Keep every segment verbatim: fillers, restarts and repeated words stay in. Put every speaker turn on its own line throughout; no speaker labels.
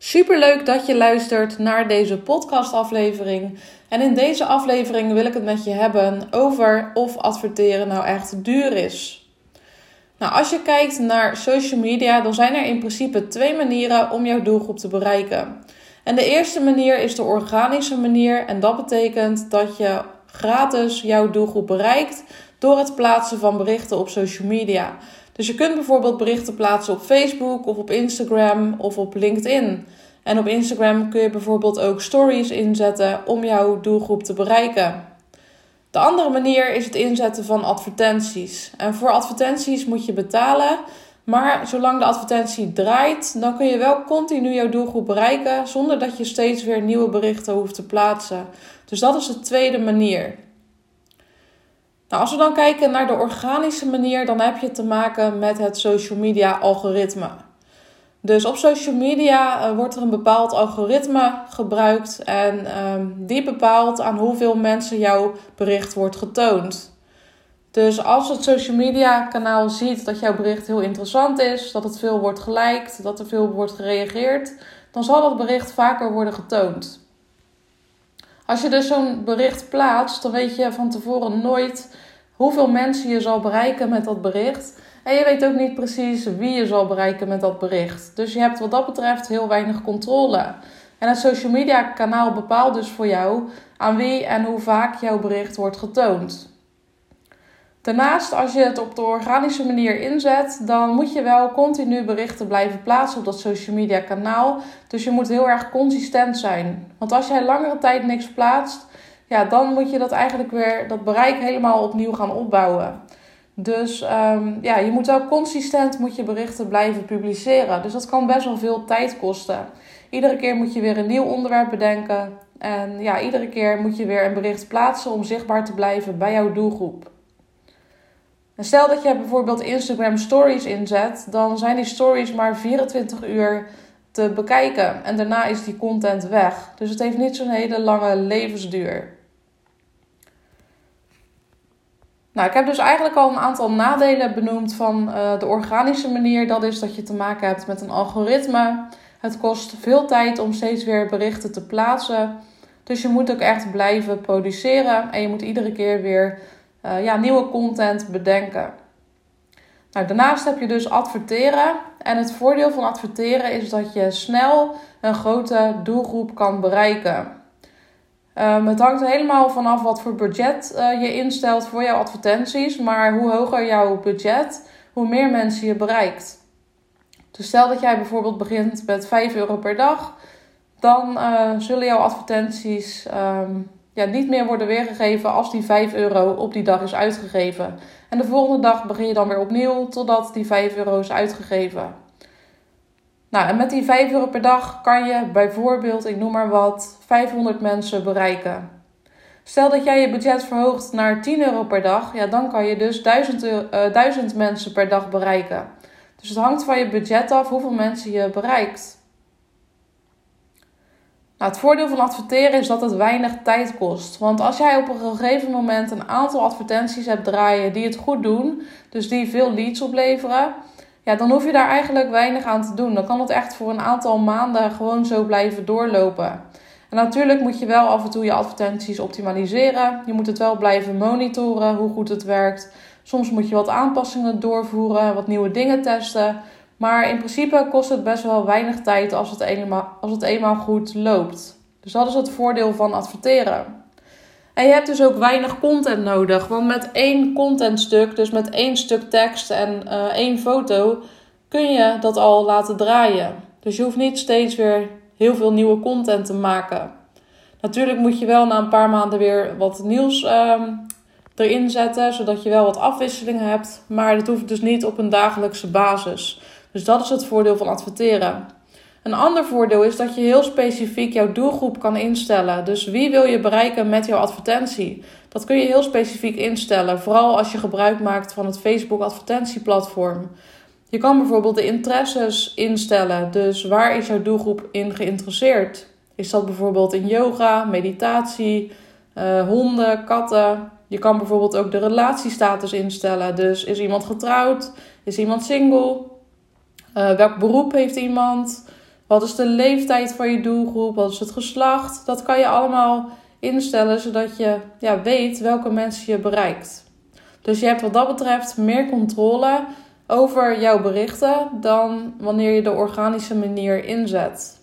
Superleuk dat je luistert naar deze podcastaflevering. En in deze aflevering wil ik het met je hebben over of adverteren nou echt duur is. Nou, als je kijkt naar social media, dan zijn er in principe twee manieren om jouw doelgroep te bereiken. En de eerste manier is de organische manier. En dat betekent dat je gratis jouw doelgroep bereikt door het plaatsen van berichten op social media. Dus je kunt bijvoorbeeld berichten plaatsen op Facebook of op Instagram of op LinkedIn. En op Instagram kun je bijvoorbeeld ook stories inzetten om jouw doelgroep te bereiken. De andere manier is het inzetten van advertenties. En voor advertenties moet je betalen. Maar zolang de advertentie draait, dan kun je wel continu jouw doelgroep bereiken zonder dat je steeds weer nieuwe berichten hoeft te plaatsen. Dus dat is de tweede manier. Nou, als we dan kijken naar de organische manier, dan heb je te maken met het social media algoritme. Dus op social media uh, wordt er een bepaald algoritme gebruikt en uh, die bepaalt aan hoeveel mensen jouw bericht wordt getoond. Dus als het social media kanaal ziet dat jouw bericht heel interessant is, dat het veel wordt geliked, dat er veel wordt gereageerd, dan zal dat bericht vaker worden getoond. Als je dus zo'n bericht plaatst, dan weet je van tevoren nooit hoeveel mensen je zal bereiken met dat bericht. En je weet ook niet precies wie je zal bereiken met dat bericht. Dus je hebt wat dat betreft heel weinig controle. En het social media kanaal bepaalt dus voor jou aan wie en hoe vaak jouw bericht wordt getoond. Daarnaast, als je het op de organische manier inzet, dan moet je wel continu berichten blijven plaatsen op dat social media kanaal. Dus je moet heel erg consistent zijn. Want als jij langere tijd niks plaatst, ja, dan moet je dat eigenlijk weer, dat bereik helemaal opnieuw gaan opbouwen. Dus um, ja, je moet wel consistent moet je berichten blijven publiceren. Dus dat kan best wel veel tijd kosten. Iedere keer moet je weer een nieuw onderwerp bedenken. En ja, iedere keer moet je weer een bericht plaatsen om zichtbaar te blijven bij jouw doelgroep. En stel dat je bijvoorbeeld Instagram stories inzet, dan zijn die stories maar vierentwintig uur te bekijken. En daarna is die content weg. Dus het heeft niet zo'n hele lange levensduur. Nou, ik heb dus eigenlijk al een aantal nadelen benoemd van uh, de organische manier. Dat is dat je te maken hebt met een algoritme. Het kost veel tijd om steeds weer berichten te plaatsen. Dus je moet ook echt blijven produceren. En je moet iedere keer weer uh, ja, nieuwe content bedenken. Nou, daarnaast heb je dus adverteren. En het voordeel van adverteren is dat je snel een grote doelgroep kan bereiken. Um, het hangt er helemaal vanaf wat voor budget uh, je instelt voor jouw advertenties. Maar hoe hoger jouw budget, hoe meer mensen je bereikt. Dus stel dat jij bijvoorbeeld begint met vijf euro per dag. Dan uh, zullen jouw advertenties um, ja, niet meer worden weergegeven als die vijf euro op die dag is uitgegeven. En de volgende dag begin je dan weer opnieuw totdat die vijf euro is uitgegeven. Nou, en met die vijf euro per dag kan je bijvoorbeeld, ik noem maar wat, vijfhonderd mensen bereiken. Stel dat jij je budget verhoogt naar tien euro per dag, ja, dan kan je dus duizend mensen per dag bereiken. Dus het hangt van je budget af hoeveel mensen je bereikt. Nou, het voordeel van adverteren is dat het weinig tijd kost. Want als jij op een gegeven moment een aantal advertenties hebt draaien die het goed doen, dus die veel leads opleveren, ja, dan hoef je daar eigenlijk weinig aan te doen. Dan kan het echt voor een aantal maanden gewoon zo blijven doorlopen. En natuurlijk moet je wel af en toe je advertenties optimaliseren. Je moet het wel blijven monitoren hoe goed het werkt. Soms moet je wat aanpassingen doorvoeren, wat nieuwe dingen testen. Maar in principe kost het best wel weinig tijd als het eenmaal, als het eenmaal goed loopt. Dus dat is het voordeel van adverteren. En je hebt dus ook weinig content nodig. Want met één contentstuk, dus met één stuk tekst en uh, één foto, kun je dat al laten draaien. Dus je hoeft niet steeds weer heel veel nieuwe content te maken. Natuurlijk moet je wel na een paar maanden weer wat nieuws uh, erin zetten, zodat je wel wat afwisselingen hebt. Maar dat hoeft dus niet op een dagelijkse basis. Dus dat is het voordeel van adverteren. Een ander voordeel is dat je heel specifiek jouw doelgroep kan instellen. Dus wie wil je bereiken met jouw advertentie? Dat kun je heel specifiek instellen. Vooral als je gebruik maakt van het Facebook advertentieplatform. Je kan bijvoorbeeld de interesses instellen. Dus waar is jouw doelgroep in geïnteresseerd? Is dat bijvoorbeeld in yoga, meditatie, uh, honden, katten? Je kan bijvoorbeeld ook de relatiestatus instellen. Dus is iemand getrouwd? Is iemand single? Uh, welk beroep heeft iemand? Wat is de leeftijd van je doelgroep? Wat is het geslacht? Dat kan je allemaal instellen zodat je ja, weet welke mensen je bereikt. Dus je hebt wat dat betreft meer controle over jouw berichten dan wanneer je de organische manier inzet.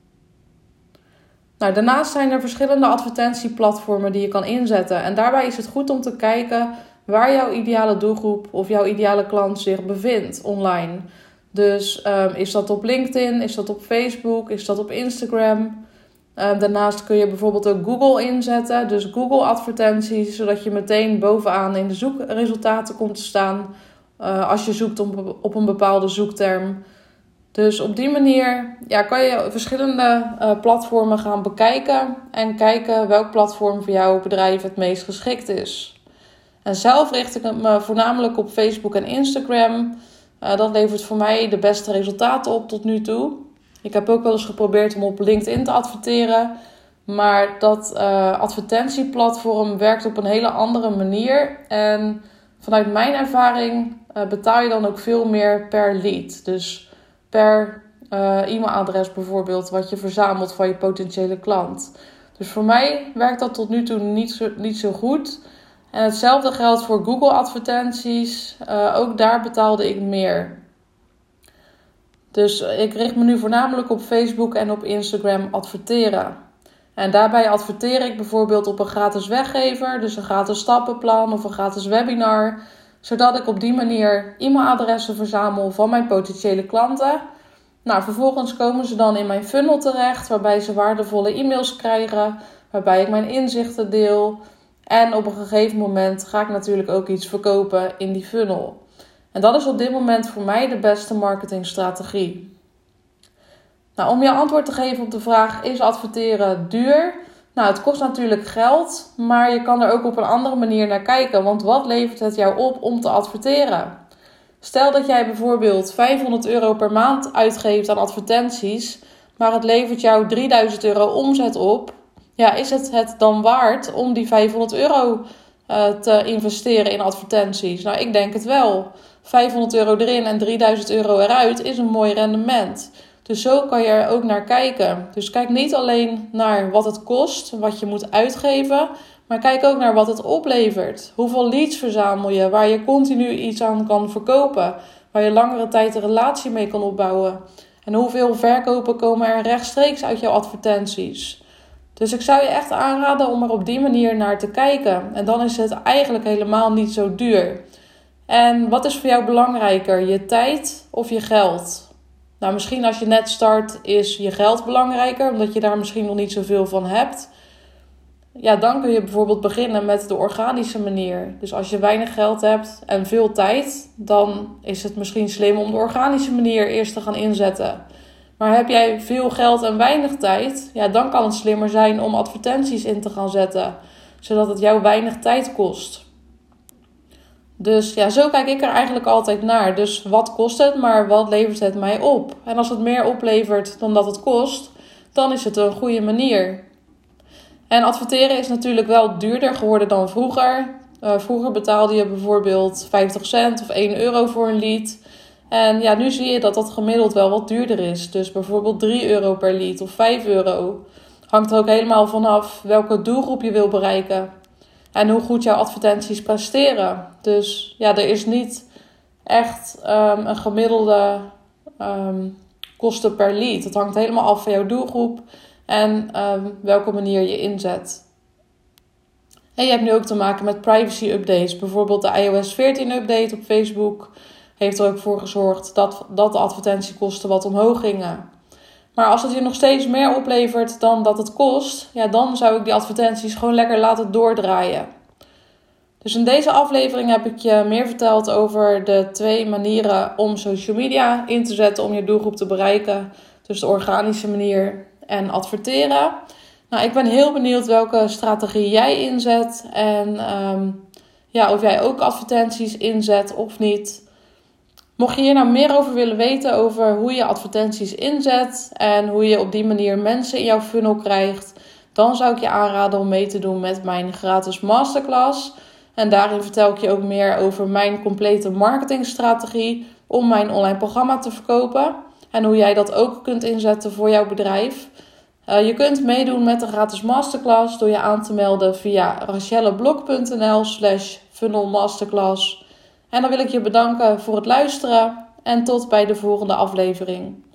Nou, daarnaast zijn er verschillende advertentieplatformen die je kan inzetten. En daarbij is het goed om te kijken waar jouw ideale doelgroep of jouw ideale klant zich bevindt online. Dus um, is dat op LinkedIn, is dat op Facebook, is dat op Instagram? Um, daarnaast kun je bijvoorbeeld ook Google inzetten. Dus Google advertenties, zodat je meteen bovenaan in de zoekresultaten komt te staan uh, als je zoekt op, op een bepaalde zoekterm. Dus op die manier ja, kan je verschillende uh, platformen gaan bekijken en kijken welk platform voor jouw bedrijf het meest geschikt is. En zelf richt ik me voornamelijk op Facebook en Instagram. Uh, dat levert voor mij de beste resultaten op tot nu toe. Ik heb ook wel eens geprobeerd om op LinkedIn te adverteren. Maar dat uh, advertentieplatform werkt op een hele andere manier. En vanuit mijn ervaring uh, betaal je dan ook veel meer per lead. Dus per uh, e-mailadres bijvoorbeeld wat je verzamelt van je potentiële klant. Dus voor mij werkt dat tot nu toe niet zo, niet zo goed. En hetzelfde geldt voor Google advertenties. Uh, ook daar betaalde ik meer. Dus ik richt me nu voornamelijk op Facebook en op Instagram adverteren. En daarbij adverteer ik bijvoorbeeld op een gratis weggever, dus een gratis stappenplan of een gratis webinar, zodat ik op die manier e-mailadressen verzamel van mijn potentiële klanten. Nou, vervolgens komen ze dan in mijn funnel terecht, waarbij ze waardevolle e-mails krijgen, waarbij ik mijn inzichten deel. En op een gegeven moment ga ik natuurlijk ook iets verkopen in die funnel. En dat is op dit moment voor mij de beste marketingstrategie. Nou, om je antwoord te geven op de vraag, is adverteren duur? Nou, het kost natuurlijk geld, maar je kan er ook op een andere manier naar kijken. Want wat levert het jou op om te adverteren? Stel dat jij bijvoorbeeld vijfhonderd euro per maand uitgeeft aan advertenties, maar het levert jou drieduizend euro omzet op. Ja, is het het dan waard om die vijfhonderd euro uh, te investeren in advertenties? Nou, ik denk het wel. vijfhonderd euro erin en drieduizend euro eruit is een mooi rendement. Dus zo kan je er ook naar kijken. Dus kijk niet alleen naar wat het kost, wat je moet uitgeven, maar kijk ook naar wat het oplevert. Hoeveel leads verzamel je, waar je continu iets aan kan verkopen, waar je langere tijd een relatie mee kan opbouwen. En hoeveel verkopen komen er rechtstreeks uit jouw advertenties. Dus ik zou je echt aanraden om er op die manier naar te kijken. En dan is het eigenlijk helemaal niet zo duur. En wat is voor jou belangrijker, je tijd of je geld? Nou, misschien als je net start is je geld belangrijker, omdat je daar misschien nog niet zoveel van hebt. Ja, dan kun je bijvoorbeeld beginnen met de organische manier. Dus als je weinig geld hebt en veel tijd, dan is het misschien slim om de organische manier eerst te gaan inzetten. Maar heb jij veel geld en weinig tijd, ja, dan kan het slimmer zijn om advertenties in te gaan zetten, zodat het jou weinig tijd kost. Dus ja, zo kijk ik er eigenlijk altijd naar. Dus wat kost het, maar wat levert het mij op? En als het meer oplevert dan dat het kost, dan is het een goede manier. En adverteren is natuurlijk wel duurder geworden dan vroeger. Uh, vroeger betaalde je bijvoorbeeld vijftig cent of één euro voor een lead. En ja, nu zie je dat dat gemiddeld wel wat duurder is. Dus bijvoorbeeld drie euro per lead of vijf euro. Hangt er ook helemaal vanaf welke doelgroep je wil bereiken. En hoe goed jouw advertenties presteren. Dus ja, er is niet echt um, een gemiddelde um, kosten per lead. Het hangt helemaal af van jouw doelgroep en um, welke manier je inzet. En je hebt nu ook te maken met privacy updates. Bijvoorbeeld de i O S veertien update op Facebook heeft er ook voor gezorgd dat, dat de advertentiekosten wat omhoog gingen. Maar als het je nog steeds meer oplevert dan dat het kost, ja, dan zou ik die advertenties gewoon lekker laten doordraaien. Dus in deze aflevering heb ik je meer verteld over de twee manieren om social media in te zetten om je doelgroep te bereiken. Dus de organische manier en adverteren. Nou, ik ben heel benieuwd welke strategie jij inzet en um, ja, of jij ook advertenties inzet of niet. Mocht je hier nou meer over willen weten over hoe je advertenties inzet en hoe je op die manier mensen in jouw funnel krijgt, dan zou ik je aanraden om mee te doen met mijn gratis masterclass. En daarin vertel ik je ook meer over mijn complete marketingstrategie om mijn online programma te verkopen. en hoe jij dat ook kunt inzetten voor jouw bedrijf. Uh, je kunt meedoen met de gratis masterclass door je aan te melden via rachelleblok.nl slash funnelmasterclass. En dan wil ik je bedanken voor het luisteren en tot bij de volgende aflevering.